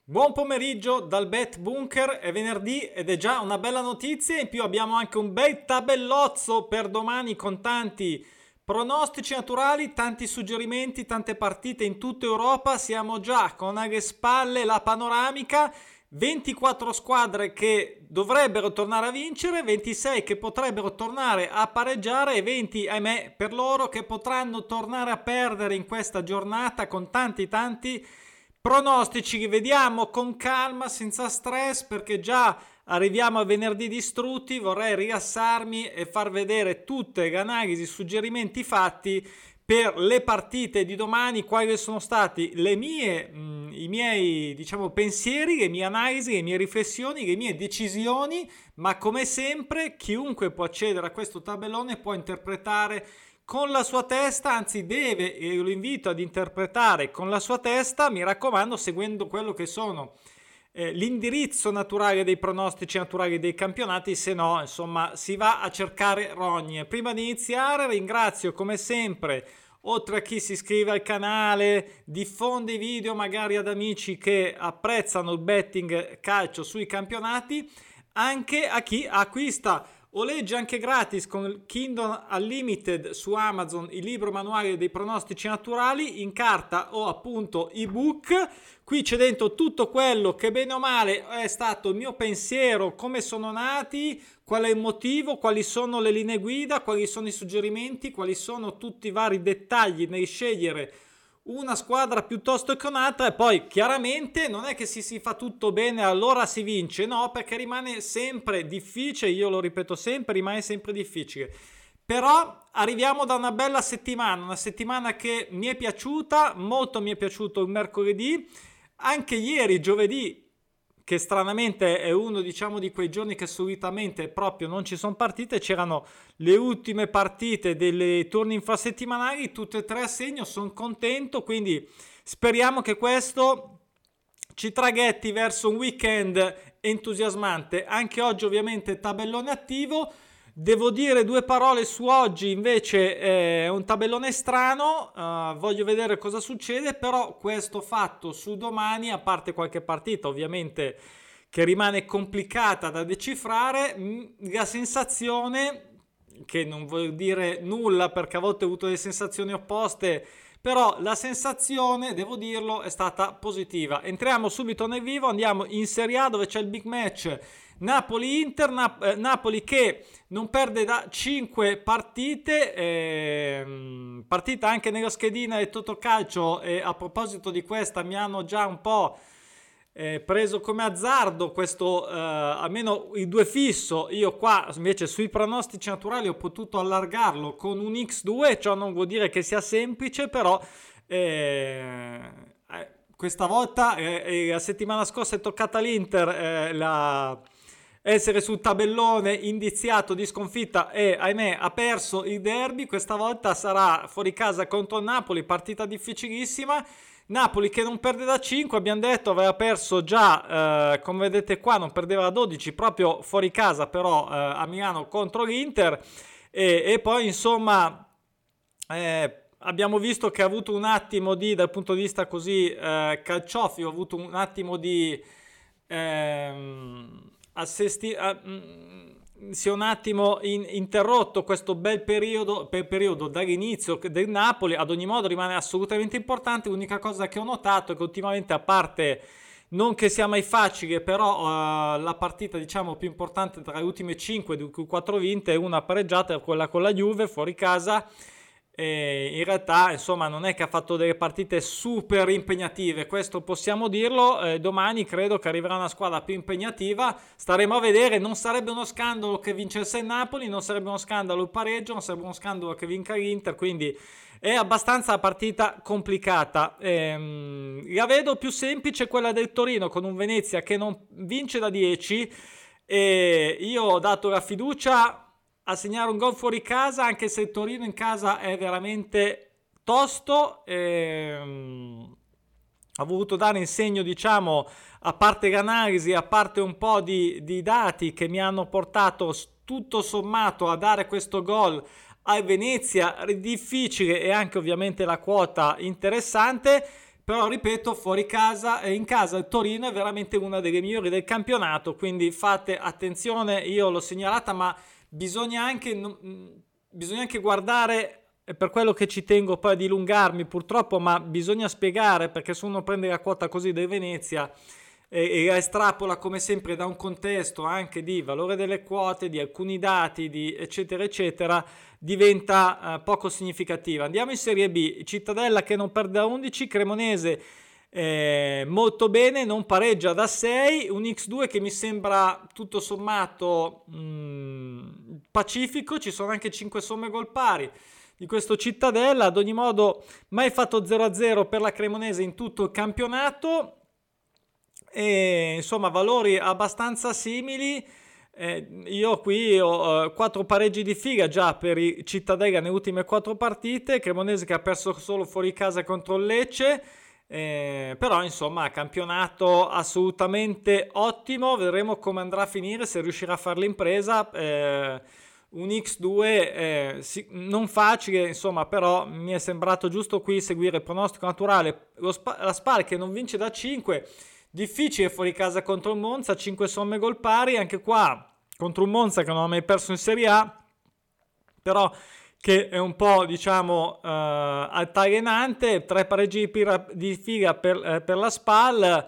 Buon pomeriggio dal Bet Bunker, è venerdì ed è già una bella notizia. In più abbiamo anche un bel tabellozzo per domani con tanti pronostici naturali, tanti suggerimenti, tante partite in tutta Europa. Siamo già con alle spalle la panoramica, 24 squadre che dovrebbero tornare a vincere, 26 che potrebbero tornare a pareggiare e 20, ahimè, per loro che potranno tornare a perdere in questa giornata con tanti pronostici. Che vediamo con calma, senza stress, perché già arriviamo a venerdì distrutti. Vorrei rilassarmi e far vedere tutte le analisi, suggerimenti fatti per le partite di domani, quali sono stati i miei pensieri, le mie analisi, le mie riflessioni, le mie decisioni. Ma come sempre chiunque può accedere a questo tabellone, può interpretare con la sua testa, anzi deve, e lo invito ad interpretare con la sua testa, mi raccomando, seguendo quello che sono l'indirizzo naturale dei pronostici naturali dei campionati. Se no, insomma, si va a cercare rogne. Prima di iniziare ringrazio come sempre, oltre a chi si iscrive al canale, diffonde i video magari ad amici che apprezzano il betting calcio sui campionati, anche a chi acquista o legge anche gratis con il Kindle Unlimited su Amazon il libro manuale dei pronostici naturali in carta o appunto ebook. Qui c'è dentro tutto quello che bene o male è stato il mio pensiero, come sono nati, qual è il motivo, quali sono le linee guida, quali sono i suggerimenti, quali sono tutti i vari dettagli nel scegliere una squadra piuttosto che un'altra. E poi chiaramente non è che si fa tutto bene allora si vince, no, perché rimane sempre difficile, io lo ripeto sempre, rimane sempre difficile. Però arriviamo da una bella settimana, una settimana che mi è piaciuta, molto mi è piaciuto il mercoledì, anche ieri giovedì, che stranamente è uno di quei giorni che solitamente proprio non ci sono partite. C'erano le ultime partite delle turni infrasettimanali, tutte e tre a segno, sono contento, quindi speriamo che questo ci traghetti verso un weekend entusiasmante. Anche oggi ovviamente tabellone attivo. Devo dire due parole su oggi, invece è un tabellone strano, voglio vedere cosa succede, però questo fatto su domani, a parte qualche partita ovviamente che rimane complicata da decifrare, la sensazione, che non vuol dire nulla perché a volte ho avuto delle sensazioni opposte, però la sensazione, devo dirlo, è stata positiva. Entriamo subito nel vivo, andiamo in Serie A dove c'è il big match Napoli-Inter, Napoli che non perde da 5 partite, partita anche nella schedina del Totocalcio, e a proposito di questa mi hanno già un po' preso come azzardo questo, almeno i due fisso. Io qua invece sui pronostici naturali ho potuto allargarlo con un X2, ciò non vuol dire che sia semplice, però questa volta la settimana scorsa è toccata all'Inter essere sul tabellone indiziato di sconfitta e ahimè ha perso il derby. Questa volta sarà fuori casa contro il Napoli, partita difficilissima. Napoli che non perde da 5, abbiamo detto, aveva perso già, come vedete qua, non perdeva da 12 proprio fuori casa, però a Milano contro l'Inter, e poi insomma abbiamo visto che ha avuto un attimo di, dal punto di vista così calciofilo, ha avuto un attimo di si è un attimo interrotto questo bel periodo dall'inizio del Napoli. Ad ogni modo rimane assolutamente importante. L'unica cosa che ho notato è che ultimamente, a parte non che sia mai facile, però la partita più importante tra le ultime 5, di cui 4 vinte e una pareggiata, è quella con la Juve fuori casa. In realtà insomma non è che ha fatto delle partite super impegnative, questo possiamo dirlo. Domani credo che arriverà una squadra più impegnativa, staremo a vedere. Non sarebbe uno scandalo che vincesse il Napoli, non sarebbe uno scandalo il pareggio, non sarebbe uno scandalo che vinca l'Inter, quindi è abbastanza la partita complicata. La vedo più semplice quella del Torino con un Venezia che non vince da 10, e io ho dato la fiducia a segnare un gol fuori casa, anche se il Torino in casa è veramente tosto. Ho voluto dare in segno, a parte l'analisi, a parte un po' di dati che mi hanno portato tutto sommato a dare questo gol al Venezia, difficile, e anche ovviamente la quota interessante. però ripeto, fuori casa e in casa il Torino è veramente una delle migliori del campionato, quindi fate attenzione, io l'ho segnalata, ma bisogna anche guardare, è per quello che ci tengo poi a dilungarmi purtroppo, ma bisogna spiegare, perché se uno prende la quota così del Venezia e la estrapola come sempre da un contesto anche di valore delle quote, di alcuni dati, di eccetera eccetera, diventa poco significativa. Andiamo in Serie B, Cittadella che non perde da 11, Cremonese molto bene, non pareggia da 6, un X2 che mi sembra tutto sommato pacifico, ci sono anche 5 somme gol pari di questo Cittadella, ad ogni modo mai fatto 0-0 per la Cremonese in tutto il campionato, e insomma valori abbastanza simili. Io qui ho 4 pareggi di figa già per i Cittadella nelle ultime 4 partite, Cremonese che ha perso solo fuori casa contro il Lecce, però insomma campionato assolutamente ottimo, vedremo come andrà a finire, se riuscirà a fare l'impresa. Un X2 non facile, insomma, però mi è sembrato giusto qui seguire il pronostico naturale. La Spal che non vince da 5, difficile fuori casa contro il Monza, 5 somme gol pari, anche qua contro un Monza che non ha mai perso in Serie A, però che è un po' diciamo altalenante, 3 pareggi di figa per la Spal,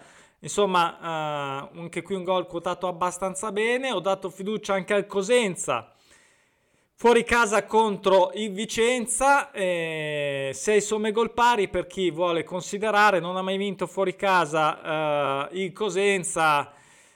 insomma anche qui un gol quotato abbastanza bene. Ho dato fiducia anche al Cosenza fuori casa contro il Vicenza, 6 somme gol pari per chi vuole considerare, non ha mai vinto fuori casa il Cosenza,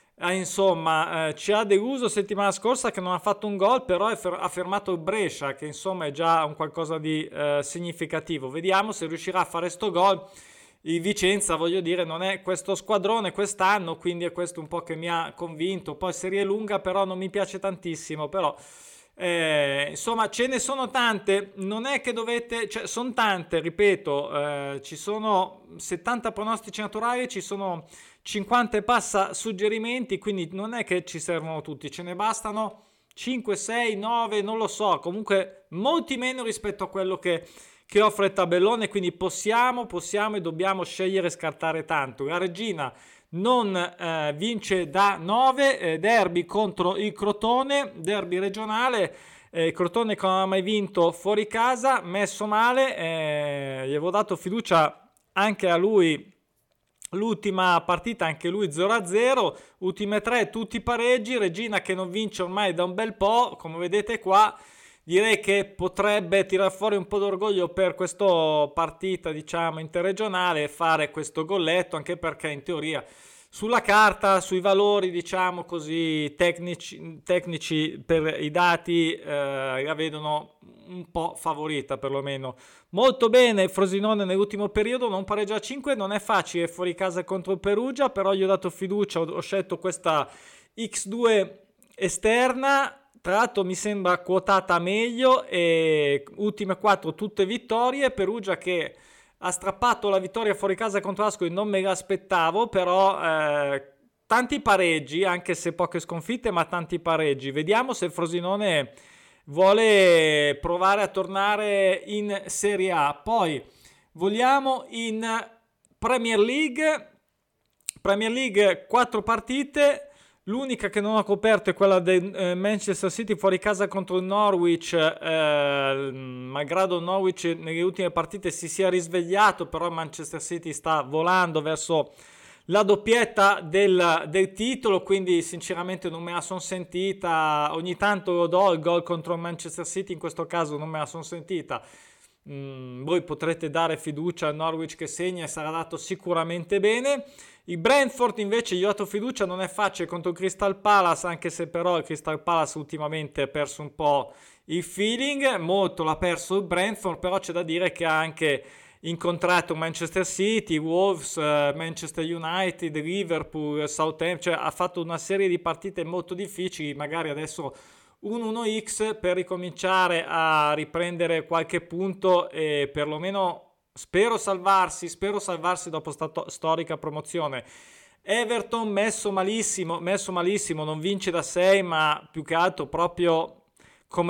insomma ci ha deluso settimana scorsa che non ha fatto un gol, però ha fermato il Brescia, che insomma è già un qualcosa di significativo. Vediamo se riuscirà a fare sto gol. Il Vicenza, voglio dire, non è questo squadrone quest'anno, quindi è questo un po' che mi ha convinto. Poi serie lunga però non mi piace tantissimo, però insomma ce ne sono tante, non è che dovete, cioè sono tante, ripeto, ci sono 70 pronostici naturali, ci sono 50 e passa suggerimenti, quindi non è che ci servono tutti, ce ne bastano 5, 6, 9, non lo so, comunque molti meno rispetto a quello che offre il tabellone, quindi possiamo e dobbiamo scegliere e scartare tanto. La Regina non vince da 9, derby contro il Crotone, derby regionale, Crotone che non ha mai vinto fuori casa, messo male, gli avevo dato fiducia anche a lui, l'ultima partita anche lui 0-0, ultime 3 tutti pareggi, Regina che non vince ormai da un bel po', come vedete qua. Direi che potrebbe tirare fuori un po' d'orgoglio per questa partita, diciamo, interregionale e fare questo golletto, anche perché in teoria sulla carta, sui valori, diciamo così, tecnici per i dati, la vedono un po' favorita perlomeno. Molto bene Frosinone nell'ultimo periodo, non pareggia a 5, non è facile fuori casa contro il Perugia, però gli ho dato fiducia, ho scelto questa X2 esterna. Tra l'altro mi sembra quotata meglio, e ultime 4 tutte vittorie. Perugia che ha strappato la vittoria fuori casa contro Ascoli, non me l'aspettavo, però tanti pareggi, anche se poche sconfitte, ma tanti pareggi. Vediamo se il Frosinone vuole provare a tornare in Serie A. Poi vogliamo in Premier League 4 partite. L'unica che non ho coperto è quella del Manchester City fuori casa contro il Norwich, malgrado il Norwich nelle ultime partite si sia risvegliato, però il Manchester City sta volando verso la doppietta del titolo, quindi sinceramente non me la sono sentita. Ogni tanto lo do il gol contro il Manchester City, in questo caso non me la sono sentita. Voi potrete dare fiducia al Norwich che segna e sarà dato sicuramente bene. Il Brentford invece gli ho dato fiducia, non è facile contro il Crystal Palace, anche se però il Crystal Palace ultimamente ha perso un po' il feeling, molto l'ha perso il Brentford, però c'è da dire che ha anche incontrato Manchester City, Wolves, Manchester United, Liverpool, Southampton, cioè ha fatto una serie di partite molto difficili, magari adesso un 1x per ricominciare a riprendere qualche punto e perlomeno spero salvarsi dopo sta storica promozione. Everton messo malissimo, non vince da 6, ma più che altro proprio come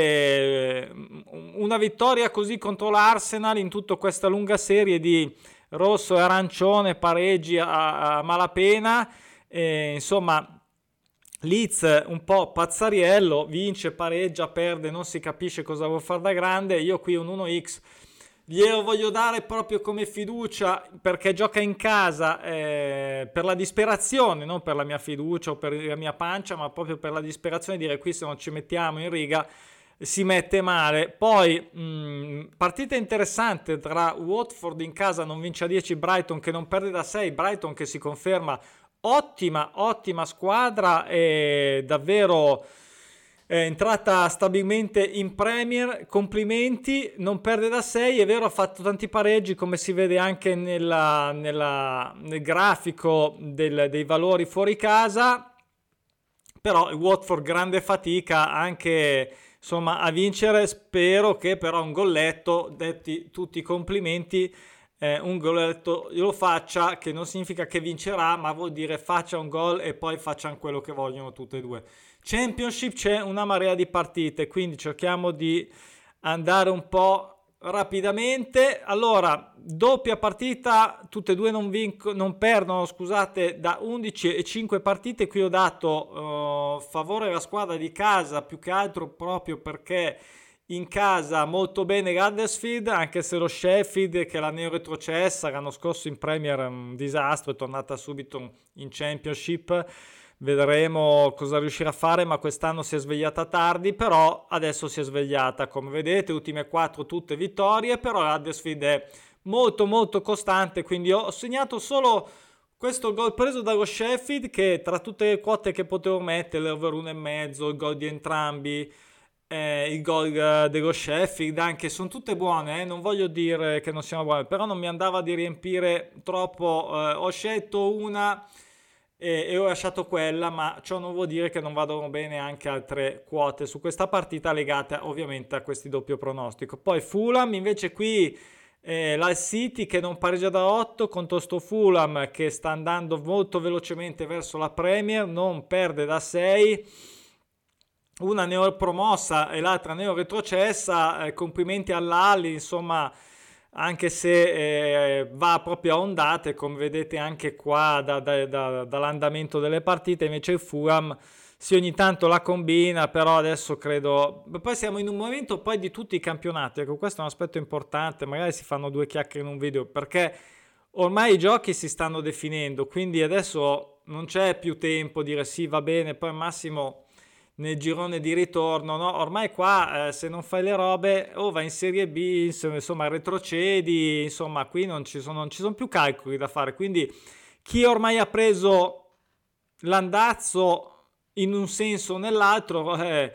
vedete una vittoria così contro l'Arsenal in tutta questa lunga serie di rosso e arancione, pareggi a malapena, insomma Leeds un po' pazzariello, vince, pareggia, perde, non si capisce cosa vuol fare da grande. Io qui un 1x glielo voglio dare proprio come fiducia, perché gioca in casa, per la disperazione, non per la mia fiducia o per la mia pancia, ma proprio per la disperazione, dire qui se non ci mettiamo in riga si mette male. Poi partita interessante tra Watford in casa non vince a 10, Brighton che non perde da 6, Brighton che si conferma ottima squadra e davvero è entrata stabilmente in Premier, complimenti, non perde da 6, è vero, ha fatto tanti pareggi come si vede anche nel grafico dei valori fuori casa, però il Watford grande fatica anche insomma a vincere. Spero che però un golletto, detti tutti i complimenti, un golletto lo faccia, che non significa che vincerà, ma vuol dire faccia un gol e poi facciano quello che vogliono tutte e due. Championship c'è una marea di partite, quindi cerchiamo di andare un po' rapidamente. Allora, doppia partita, tutte e due non perdono, scusate, da 11 e 5 partite. Qui ho dato favore alla squadra di casa, più che altro proprio perché in casa molto bene Huddersfield, anche se lo Sheffield, che l'ha neoretrocessa l'anno scorso in Premier, è un disastro, è tornata subito in Championship. Vedremo cosa riuscirà a fare, ma quest'anno si è svegliata tardi, però adesso si è svegliata, come vedete, ultime 4 tutte vittorie, però Huddersfield è molto costante, quindi ho segnato solo questo gol preso dallo Sheffield, che tra tutte le quote che potevo mettere, l'over 1,5, il gol di entrambi, il gol dello Sheffield, anche sono tutte buone, non voglio dire che non siano buone, però non mi andava di riempire troppo, ho scelto una e ho lasciato quella, ma ciò non vuol dire che non vadano bene anche altre quote su questa partita legate ovviamente a questi doppio pronostico. Poi Fulham invece qui, la City che non pareggia da 8 contro sto Fulham che sta andando molto velocemente verso la Premier, non perde da 6, una neopromossa e l'altra neoretrocessa, complimenti all'Ali, insomma, anche se va proprio a ondate, come vedete anche qua dall'andamento delle partite. Invece il Fulham sì, ogni tanto la combina, però adesso credo, poi siamo in un momento poi di tutti i campionati, ecco, questo è un aspetto importante, magari si fanno due chiacchiere in un video, perché ormai i giochi si stanno definendo, quindi adesso non c'è più tempo di dire sì, va bene, poi al massimo nel girone di ritorno, no? Ormai qua se non fai le robe o vai in Serie B, insomma retrocedi, insomma qui non ci sono più calcoli da fare, quindi chi ormai ha preso l'andazzo in un senso o nell'altro,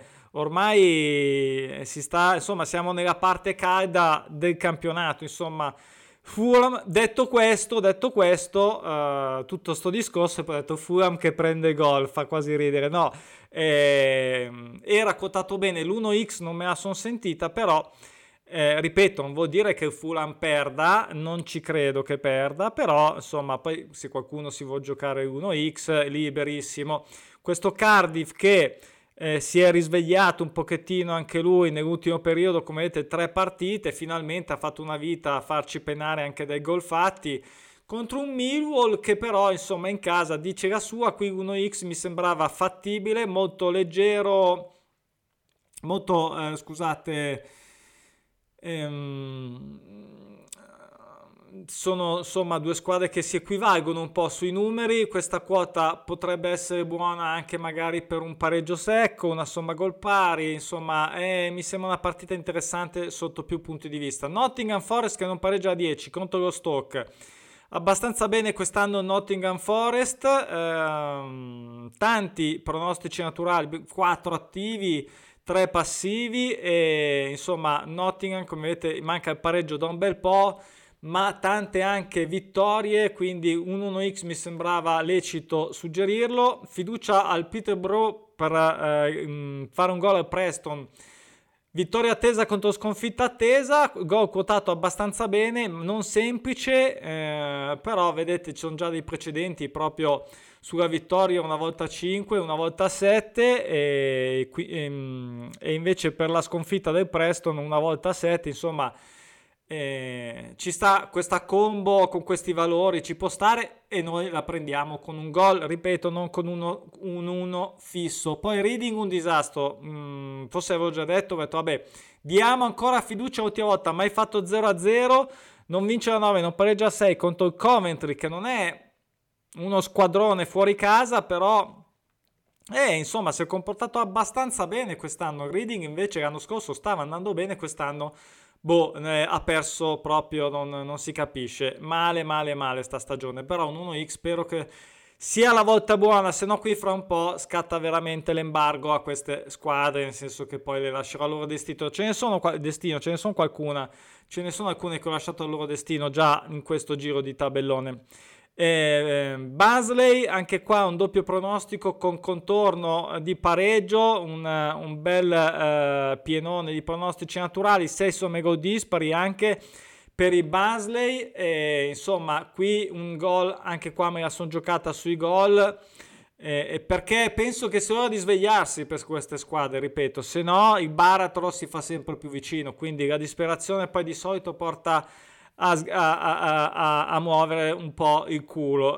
ormai si sta, insomma siamo nella parte calda del campionato, insomma. Fulham, detto questo, tutto sto discorso, poi ho detto Fulham che prende gol, fa quasi ridere, no, era quotato bene, l'1x non me la sono sentita, però ripeto, non vuol dire che il Fulham perda, non ci credo che perda, però insomma poi se qualcuno si vuol giocare l'1x liberissimo. Questo Cardiff che si è risvegliato un pochettino anche lui nell'ultimo periodo, come vedete 3 partite, finalmente ha fatto una vita a farci penare anche dai gol fatti contro un Millwall che però insomma in casa dice la sua. Qui 1x mi sembrava fattibile, molto leggero, molto scusate, sono insomma due squadre che si equivalgono un po' sui numeri. Questa quota potrebbe essere buona anche magari per un pareggio secco, una somma gol pari, insomma mi sembra una partita interessante sotto più punti di vista. Nottingham Forest che non pareggia a 10 contro lo Stoke, abbastanza bene quest'anno Nottingham Forest, tanti pronostici naturali, 4 attivi, 3 passivi e insomma Nottingham, come vedete, manca il pareggio da un bel po', ma tante anche vittorie, quindi un 1x mi sembrava lecito suggerirlo. Fiducia al Peterborough per fare un gol al Preston, vittoria attesa contro sconfitta attesa, gol quotato abbastanza bene, non semplice, però vedete ci sono già dei precedenti proprio sulla vittoria, una volta 5, una volta 7 e invece per la sconfitta del Preston una volta 7, insomma Ci sta questa combo con questi valori, ci può stare e noi la prendiamo con un gol, ripeto, non con un 1 fisso. Poi Reading un disastro, forse avevo già detto, vabbè, diamo ancora fiducia l'ultima volta, mai fatto 0-0, non vince la 9, non pareggia 6 contro il Coventry, che non è uno squadrone fuori casa, però insomma si è comportato abbastanza bene quest'anno. Il Reading invece l'anno scorso stava andando bene, quest'anno ha perso proprio, non si capisce, male sta stagione, però un 1x spero che sia la volta buona, se no qui fra un po' scatta veramente l'embargo a queste squadre, nel senso che poi le lascerò al loro destino. Ce ne sono alcune che ho lasciato al loro destino già in questo giro di tabellone. Barnsley, anche qua un doppio pronostico con contorno di pareggio, un bel pienone di pronostici naturali, 6 somme gol dispari anche per i Barnsley, insomma qui un gol, anche qua me la sono giocata sui gol, perché penso che sia ora di svegliarsi per queste squadre, ripeto, se no il baratro si fa sempre più vicino, quindi la disperazione poi di solito porta a muovere un po' il culo.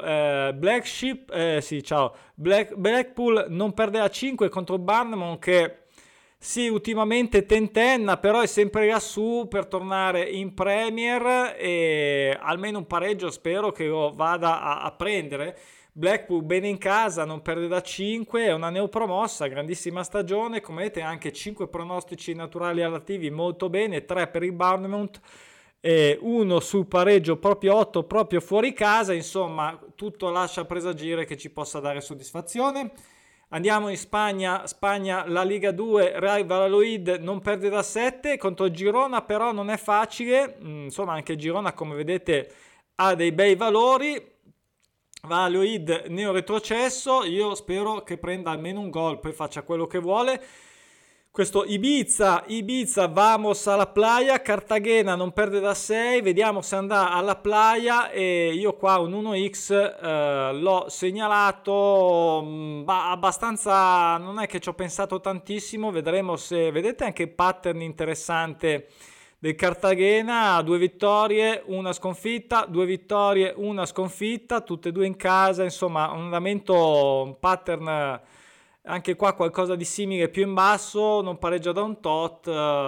Blackpool non perde a 5 contro Bournemouth, che sì, ultimamente tentenna, però è sempre lassù per tornare in Premier, e almeno un pareggio spero che lo vada a prendere. Blackpool bene in casa, non perde da 5, è una neopromossa, grandissima stagione, come vedete anche 5 pronostici naturali all'attivi molto bene, 3 per il Bournemouth, uno sul pareggio proprio 8 proprio fuori casa, insomma tutto lascia presagire che ci possa dare soddisfazione. Andiamo in Spagna, la Liga 2, Real Valladolid non perde da 7 contro il Girona, però non è facile, insomma anche il Girona come vedete ha dei bei valori. Valladolid neo retrocesso, io spero che prenda almeno un gol, poi faccia quello che vuole. Questo Ibiza, vamos alla playa, Cartagena non perde da 6, vediamo se andrà alla playa, e io qua un 1x l'ho segnalato, abbastanza, non è che ci ho pensato tantissimo, vedremo se, vedete anche il pattern interessante del Cartagena, 2 vittorie, una sconfitta, 2 vittorie, una sconfitta, tutte e due in casa, insomma un andamento, un pattern. Anche qua qualcosa di simile più in basso, non pareggia da un tot.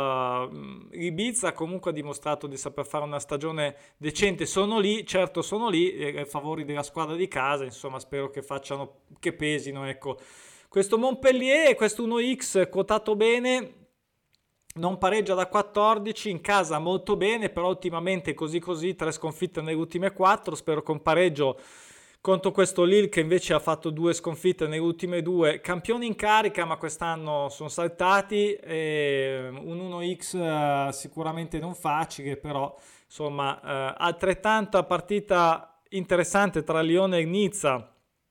Ibiza comunque ha dimostrato di saper fare una stagione decente, sono lì a favori della squadra di casa, insomma spero che che pesino, ecco. Questo Montpellier, questo 1x quotato bene, non pareggia da 14, in casa molto bene, però ultimamente così 3 sconfitte nelle ultime 4, spero con pareggio contro questo Lille che invece ha fatto 2 sconfitte nelle ultime 2, campioni in carica ma quest'anno sono saltati, un 1x sicuramente non facile, però insomma altrettanta partita interessante tra Lione e Nizza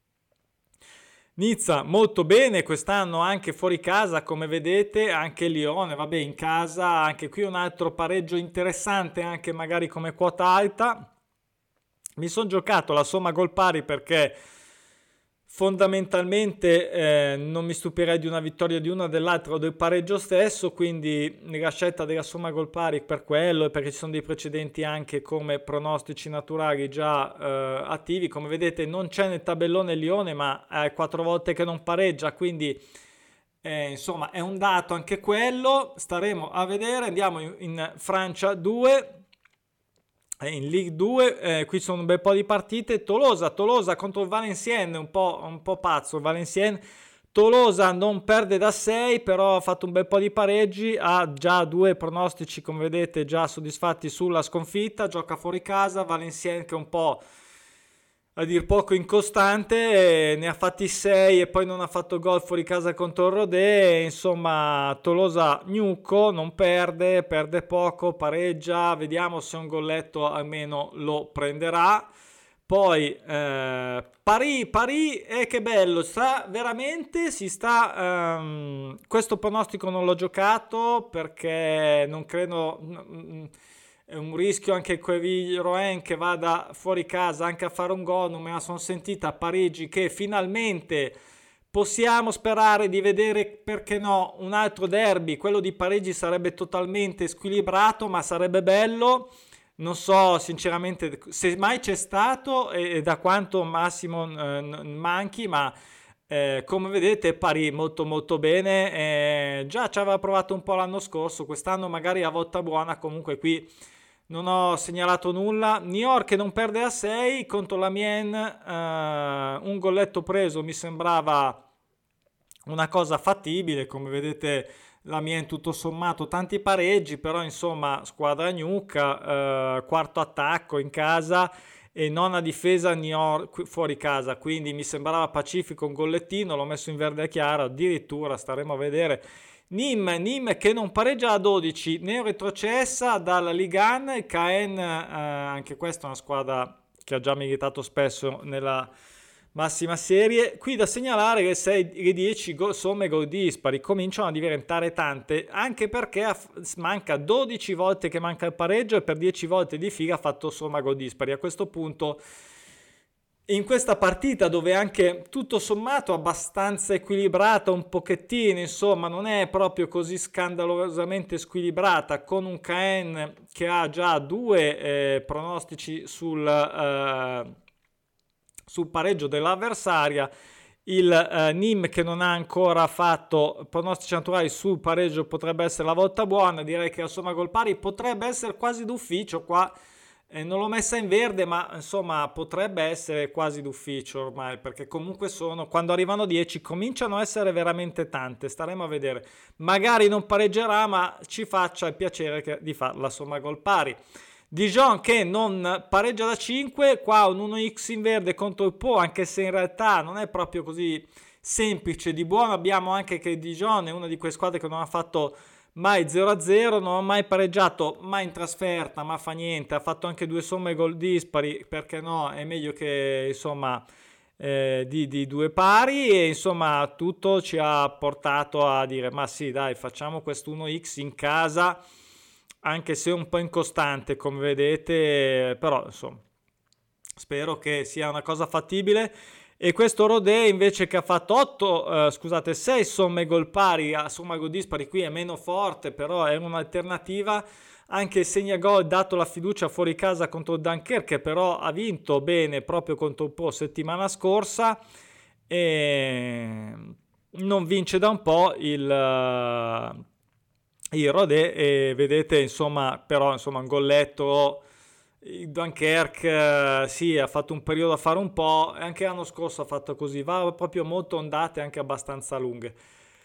molto bene quest'anno anche fuori casa, come vedete, anche Lione vabbè in casa, anche qui un altro pareggio interessante anche magari come quota alta. Mi sono giocato la somma gol pari perché fondamentalmente non mi stupirei di una vittoria di una dell'altra o del pareggio stesso, quindi la scelta della somma gol pari per quello, e perché ci sono dei precedenti anche come pronostici naturali già attivi. Come vedete non c'è nel tabellone Lione, ma è 4 volte che non pareggia, quindi insomma è un dato anche quello, staremo a vedere. Andiamo in Francia 2, in Ligue 2, qui sono un bel po' di partite. Tolosa contro il Valenciennes, un po' pazzo il Valenciennes. Tolosa non perde da 6, però ha fatto un bel po' di pareggi, ha già 2 pronostici come vedete già soddisfatti sulla sconfitta, gioca fuori casa. Valenciennes che è un po' a dir poco incostante, ne ha fatti 6 e poi non ha fatto gol fuori casa contro il Rodé. Insomma Tolosa gnucco, non perde poco, pareggia, vediamo se un golletto almeno lo prenderà. Poi Paris, che bello, questo pronostico non l'ho giocato perché non credo, è un rischio anche Quevilly Rouen che vada fuori casa anche a fare un gol, non me la sono sentita. Parigi che finalmente possiamo sperare di vedere, perché no, un altro derby. Quello di Parigi sarebbe totalmente squilibrato, ma sarebbe bello. Non so sinceramente se mai c'è stato e da quanto Massimo manchi, ma come vedete pari molto molto bene. Già ci aveva provato un po' l'anno scorso, quest'anno magari a volta buona. Comunque qui non ho segnalato nulla. Niort che non perde a 6 contro l'Amiens, un golletto preso mi sembrava una cosa fattibile. Come vedete l'Amiens tutto sommato tanti pareggi, però insomma squadra gnucca, quarto attacco in casa e nona difesa fuori casa, quindi mi sembrava pacifico un gollettino. L'ho messo in verde chiaro, addirittura staremo a vedere. Nîmes che non pareggia a 12, ne retrocessa dalla Ligue 1. Caen, anche questa è una squadra che ha già militato spesso nella massima serie. Qui da segnalare che le 10 somme gol dispari cominciano a diventare tante, anche perché manca 12 volte che manca il pareggio e per 10 volte di fila ha fatto somma gol dispari. A questo punto, in questa partita dove anche tutto sommato abbastanza equilibrata, un pochettino, insomma non è proprio così scandalosamente squilibrata, con un Caen che ha già due pronostici sul pareggio dell'avversaria, il Nîmes che non ha ancora fatto pronostici naturali sul pareggio potrebbe essere la volta buona. Direi che la somma gol pari potrebbe essere quasi d'ufficio qua. Non l'ho messa in verde, ma insomma potrebbe essere quasi d'ufficio ormai, perché comunque quando arrivano 10 cominciano a essere veramente tante. Staremo a vedere, magari non pareggerà, ma ci faccia il piacere di fare la somma gol pari. Dijon che non pareggia da 5, qua un 1x in verde contro il Po, anche se in realtà non è proprio così semplice. Di buono abbiamo anche che Dijon è una di quelle squadre che non ha fatto mai 0-0, non ha mai pareggiato, mai in trasferta, ma fa niente. Ha fatto anche due somme gol dispari, perché no, è meglio che insomma di due pari, e insomma tutto ci ha portato a dire ma sì dai, facciamo questo 1x in casa, anche se un po' incostante come vedete, però insomma spero che sia una cosa fattibile. E questo Rodé invece che ha fatto 6 somme gol pari a somma gol dispari, qui è meno forte, però è un'alternativa. Anche il segna gol dato la fiducia fuori casa contro il Dunkerque, però ha vinto bene proprio contro il Po settimana scorsa e non vince da un po' il Rodé, e vedete insomma, però insomma un golletto. Il Dunkerque sì, ha fatto un periodo a fare un po', e anche l'anno scorso ha fatto così, va proprio molto ondate anche abbastanza lunghe.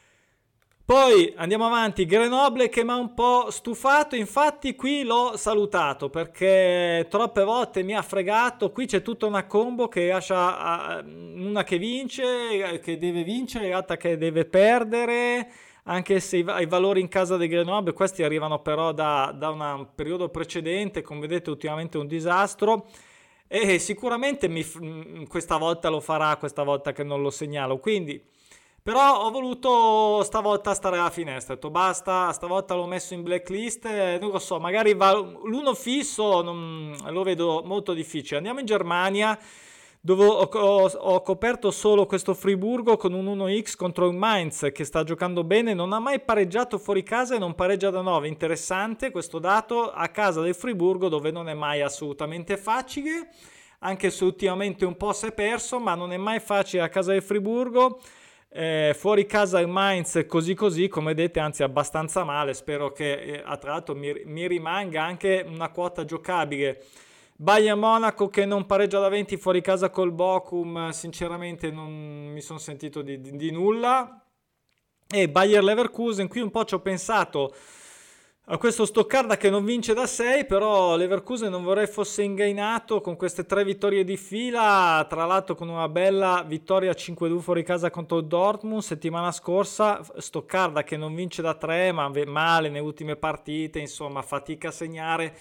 Poi andiamo avanti, Grenoble che mi ha un po' stufato, infatti qui l'ho salutato perché troppe volte mi ha fregato. Qui c'è tutta una combo che lascia una che vince, che deve vincere, l'altra che deve perdere, anche se i valori in casa dei Grenoble, questi arrivano però da un periodo precedente, come vedete ultimamente un disastro, e sicuramente questa volta lo farà, questa volta che non lo segnalo, quindi però ho voluto stavolta stare alla finestra, ho detto basta, stavolta l'ho messo in blacklist, non lo so, magari l'uno fisso lo vedo molto difficile. Andiamo in Germania, dove ho coperto solo questo Friburgo con un 1x contro il Mainz che sta giocando bene, non ha mai pareggiato fuori casa e non pareggia da 9, interessante questo dato, a casa del Friburgo dove non è mai assolutamente facile, anche se ultimamente un po' si è perso, ma non è mai facile a casa del Friburgo. Fuori casa il Mainz così come vedete, anzi abbastanza male. Spero che tra l'altro mi rimanga anche una quota giocabile. Bayern Monaco che non pareggia da 20 fuori casa col Bochum, sinceramente non mi sono sentito di nulla. E Bayer Leverkusen, qui un po' ci ho pensato a questo Stoccarda che non vince da 6, però Leverkusen non vorrei fosse ingainato con queste 3 vittorie di fila, tra l'altro con una bella vittoria 5-2 fuori casa contro il Dortmund settimana scorsa. Stoccarda che non vince da 3, ma male nelle ultime partite, insomma fatica a segnare.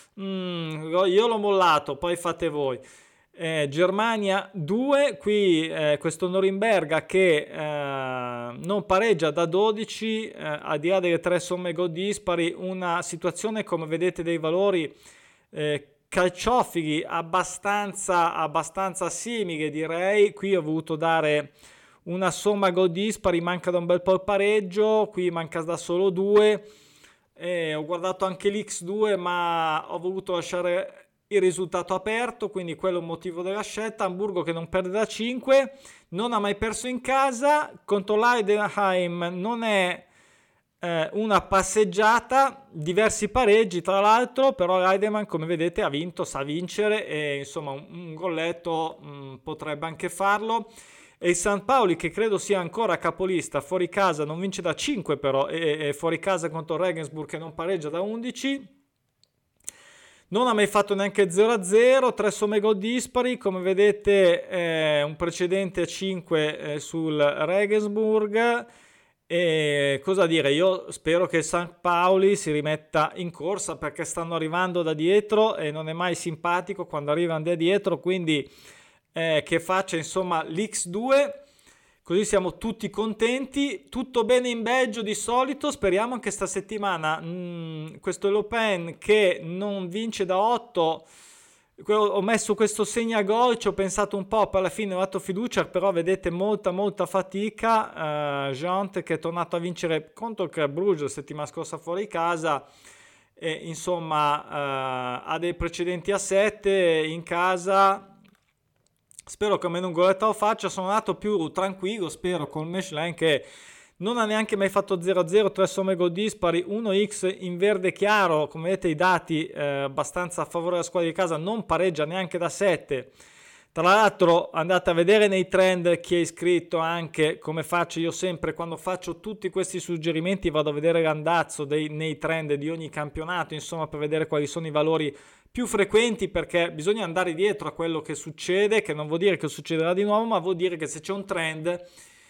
Io l'ho mollato, poi fate voi. Germania 2, qui questo Norimberga che non pareggia da 12, al di là delle 3 somme gol dispari, una situazione come vedete dei valori calciofili abbastanza simili direi. Qui ho voluto dare una somma gol dispari, manca da un bel po' il pareggio, qui manca da solo 2. Ho guardato anche l'X2 ma ho voluto lasciare il risultato aperto, quindi quello è un motivo della scelta. Hamburgo che non perde da 5, non ha mai perso in casa, contro l'Heidenheim non è una passeggiata, diversi pareggi tra l'altro, però l'Heidenheim come vedete ha vinto, sa vincere e insomma un golletto potrebbe anche farlo. E il St. Pauli che credo sia ancora capolista, fuori casa non vince da 5 però, e fuori casa contro Regensburg che non pareggia da 11. Non ha mai fatto neanche 0-0, 3 somme gol dispari, come vedete un precedente a 5 sul Regensburg. E cosa dire, io spero che St. Pauli si rimetta in corsa perché stanno arrivando da dietro e non è mai simpatico quando arrivano da dietro, quindi che faccia insomma l'X2, così siamo tutti contenti. Tutto bene in Belgio di solito, speriamo anche sta settimana. Questo Le Pen che non vince da 8, ho messo questo segna-gol, ci ho pensato un po', poi alla fine ho dato fiducia, però vedete molta fatica. Jean che è tornato a vincere contro il Club Brugge la settimana scorsa fuori casa, e insomma ha dei precedenti a 7 in casa. Spero che almeno un golletto lo faccia. Sono andato più tranquillo, spero, con Mechelin che non ha neanche mai fatto 0-0, 3 somme gol dispari, 1x in verde chiaro, come vedete i dati abbastanza a favore della squadra di casa, non pareggia neanche da 7. Tra l'altro andate a vedere nei trend chi è iscritto, anche come faccio io sempre quando faccio tutti questi suggerimenti, vado a vedere l'andazzo nei trend di ogni campionato, insomma, per vedere quali sono i valori più frequenti, perché bisogna andare dietro a quello che succede, che non vuol dire che succederà di nuovo, ma vuol dire che se c'è un trend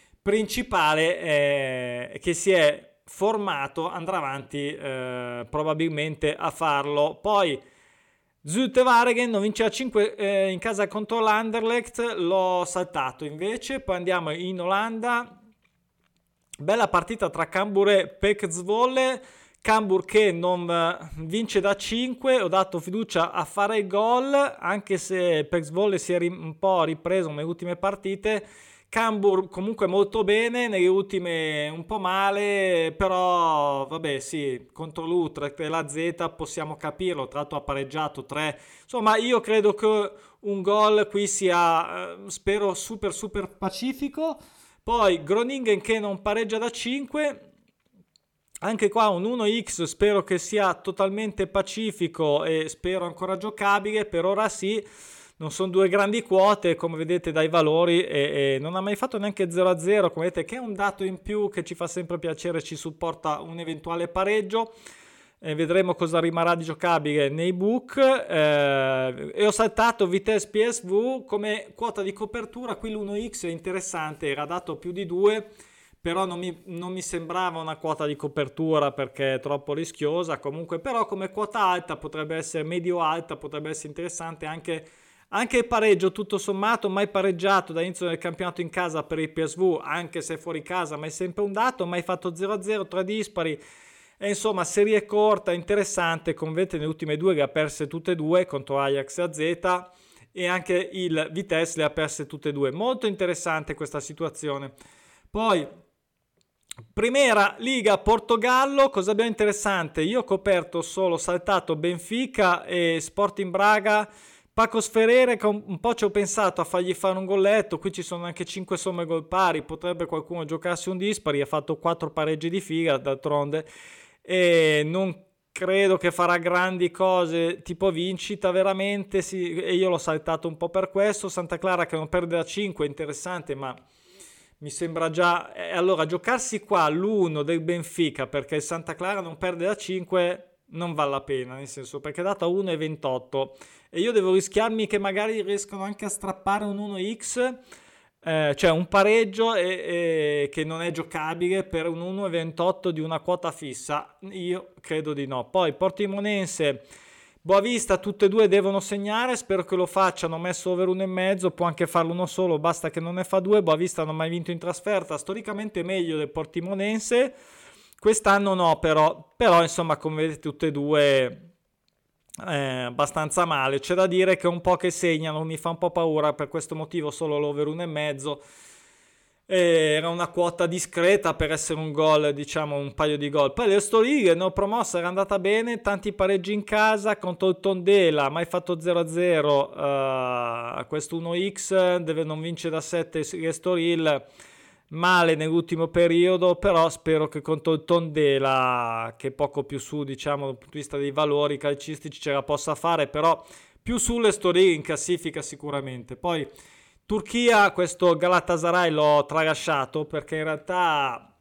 principale che si è formato andrà avanti probabilmente a farlo. Poi Zulte Waregem non vinceva 5 in casa contro l'Anderlecht, l'ho saltato invece. Poi andiamo in Olanda, bella partita tra Cambuur e PEC Zwolle. Cambuur che non vince da 5, ho dato fiducia a fare il gol, anche se PEC Zwolle si è un po' ripreso nelle ultime partite. Cambuur comunque molto bene, nelle ultime un po' male, però vabbè sì, contro l'Utrecht e la Z possiamo capirlo, tra l'altro ha pareggiato 3. Insomma, io credo che un gol qui sia, spero, super pacifico. Poi Groningen che non pareggia da 5, anche qua un 1x, spero che sia totalmente pacifico e spero ancora giocabile, per ora sì. Non sono due grandi quote, come vedete dai valori, e non ha mai fatto neanche 0-0, come vedete, che è un dato in più che ci fa sempre piacere, ci supporta un eventuale pareggio. Vedremo cosa rimarrà di giocabile nei book. E ho saltato Vitesse PSV come quota di copertura. Qui l'1x è interessante, era dato più di 2, però non mi sembrava una quota di copertura perché è troppo rischiosa. Comunque, però come quota alta potrebbe essere medio-alta, potrebbe essere interessante anche il pareggio, tutto sommato, mai pareggiato dall'inizio del campionato in casa per il PSV, anche se fuori casa, ma è sempre un dato, mai fatto 0-0, 3 dispari, e insomma serie corta, interessante, come vedete nelle ultime due le ha perse tutte e due contro Ajax e AZ, e anche il Vitesse le ha perse tutte e due, molto interessante questa situazione. Poi Primera Liga Portogallo, cosa abbiamo interessante? Io ho coperto solo, saltato Benfica e Sporting Braga. Pacos Ferreira, che un po' ci ho pensato a fargli fare un golletto, qui ci sono anche 5 somme gol pari, potrebbe qualcuno giocarsi un dispari, ha fatto 4 pareggi di fila d'altronde e non credo che farà grandi cose tipo vincita veramente, sì, e io l'ho saltato un po' per questo. Santa Clara che non perde da 5, interessante, ma mi sembra già, allora giocarsi qua l'1 del Benfica perché il Santa Clara non perde da 5 non vale la pena, nel senso, perché è data 1,28 e io devo rischiarmi che magari riescono anche a strappare un 1x, cioè un pareggio che non è giocabile per un 1,28 di una quota fissa. Io credo di no. Poi Portimonense, Boavista, tutte e due devono segnare, spero che lo facciano. Ho messo over 1,5, può anche farlo uno solo, basta che non ne fa due. Boavista non ha mai vinto in trasferta, storicamente meglio del Portimonense. Quest'anno no, però insomma, come vedete tutte e due abbastanza male. C'è da dire che un po' che segnano mi fa un po' paura, per questo motivo solo l'over 1,5. era una quota discreta per essere un gol, diciamo un paio di gol. Poi l'Estoril neopromossa era andata bene, tanti pareggi in casa contro il Tondela, mai fatto 0-0, questo 1x, deve non vincere da 7 l'Estoril, male nell'ultimo periodo, però spero che contro il Tondela, che è poco più su, diciamo dal punto di vista dei valori calcistici, ce la possa fare, però più sull'Estoril in classifica sicuramente. Poi Turchia, questo Galatasaray l'ho tralasciato perché in realtà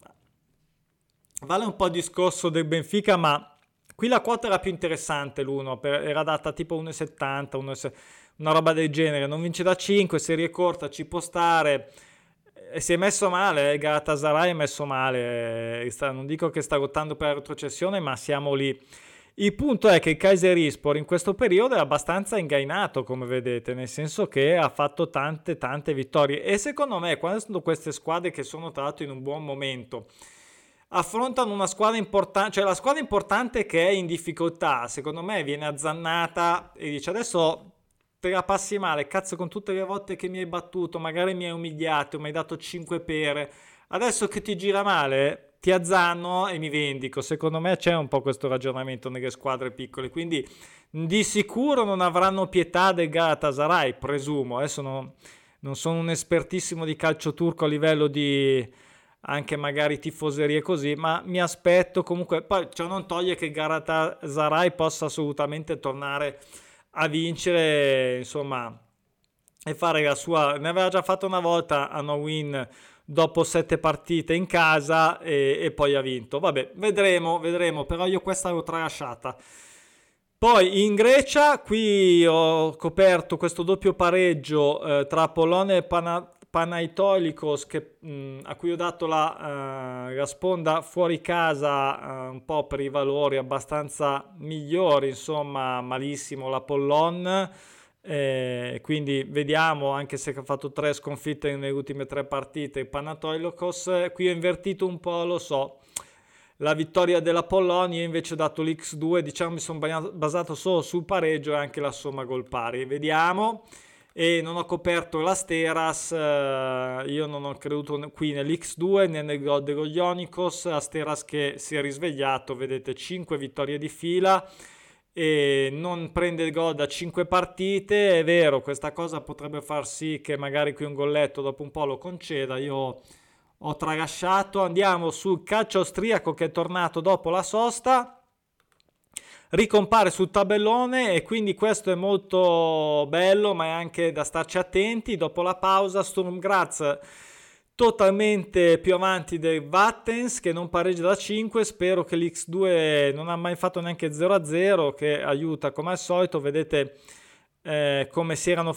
vale un po' il discorso del Benfica, ma qui la quota era più interessante, era data tipo 1,70, una roba del genere, non vince da 5, serie corta, ci può stare, e si è messo male, Galatasaray è messo male, non dico che sta lottando per la retrocessione, ma siamo lì. Il punto è che il Kayserispor in questo periodo è abbastanza ingainato, come vedete, nel senso che ha fatto tante vittorie, e secondo me quando sono queste squadre che sono tra l'altro in un buon momento affrontano una squadra importante, cioè la squadra importante che è in difficoltà, secondo me viene azzannata e dice adesso te la passi male, cazzo, con tutte le volte che mi hai battuto, magari mi hai umiliato, mi hai dato 5 pere, adesso che ti gira male ti azzanno e mi vendico. Secondo me c'è un po' questo ragionamento nelle squadre piccole, quindi di sicuro non avranno pietà del Galatasaray, presumo. Adesso non sono un espertissimo di calcio turco a livello di anche magari tifoserie così, ma mi aspetto comunque, poi ciò non toglie che il Galatasaray possa assolutamente tornare a vincere, insomma, e fare la sua, ne aveva già fatto una volta a no win dopo 7 partite in casa e poi ha vinto. Vabbè, vedremo, però io questa l'ho tralasciata. Poi in Grecia, qui ho coperto questo doppio pareggio tra Apollonia e Panathinaikos, a cui ho dato la sponda fuori casa un po' per i valori abbastanza migliori, insomma malissimo l'Apollon. Quindi vediamo, anche se ha fatto 3 sconfitte nelle ultime 3 partite il Panathinaikos. Qui ho invertito un po', lo so, la vittoria della Polonia, invece ho dato l'X2, diciamo mi sono basato solo sul pareggio e anche la somma gol pari, vediamo. E non ho coperto l'Asteras, io non ho creduto qui nell'X2 né nel gol dello Ionikos. Asteras che si è risvegliato, vedete, 5 vittorie di fila e non prende il gol da 5 partite. È vero, questa cosa potrebbe far sì che magari qui un golletto dopo un po' lo conceda. Io ho tralasciato. Andiamo sul calcio austriaco che è tornato dopo la sosta, ricompare sul tabellone e quindi questo è molto bello, ma è anche da starci attenti. Dopo la pausa Sturm Graz totalmente più avanti del Wattens che non pareggia da 5. Spero che l'X2 non ha mai fatto neanche 0-0, che aiuta come al solito. Vedete come si erano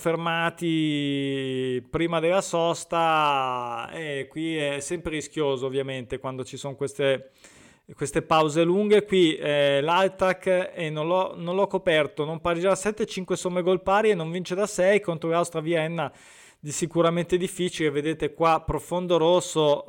fermati prima della sosta, e qui è sempre rischioso ovviamente quando ci sono queste pause lunghe. Qui l'Altac non l'ho coperto, non pareggia da 7, 5 somme gol pari e non vince da 6 contro l'Austria Vienna, di sicuramente difficile. Vedete qua profondo rosso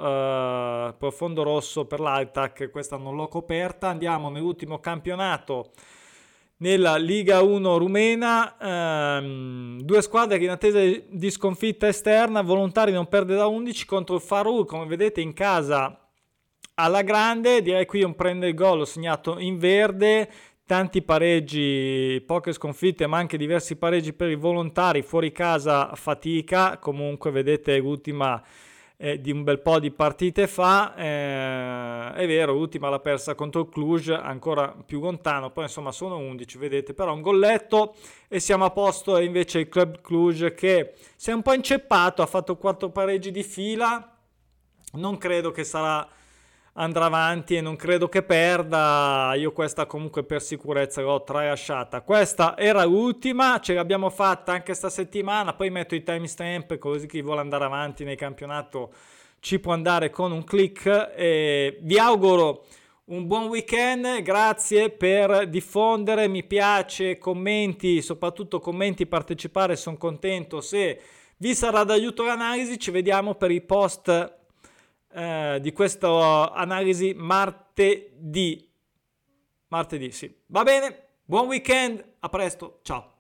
per l'Altac, questa non l'ho coperta. Andiamo nell'ultimo campionato, nella Liga 1 rumena, 2 squadre che in attesa di sconfitta esterna. Volontari non perde da 11 contro il Farul, come vedete in casa alla grande. Direi qui un prende il gol, ho segnato in verde. Tanti pareggi, poche sconfitte, ma anche diversi pareggi per i Volontari. Fuori casa fatica, comunque vedete l'ultima di un bel po' di partite fa, è vero, l'ultima l'ha persa contro il Cluj, ancora più lontano, poi insomma sono 11, vedete, però un golletto e siamo a posto. E invece il Club Cluj che si è un po' inceppato, ha fatto 4 pareggi di fila, non credo che andrà avanti e non credo che perda. Io questa comunque per sicurezza l'ho tralasciata. Questa era l'ultima, ce l'abbiamo fatta anche sta settimana, poi metto i timestamp così chi vuole andare avanti nel campionato ci può andare con un click. E vi auguro un buon weekend, grazie per diffondere, mi piace, commenti, soprattutto commenti, partecipare, sono contento se vi sarà d'aiuto l'analisi. Ci vediamo per i post di questa analisi martedì, sì, va bene, buon weekend, a presto, ciao.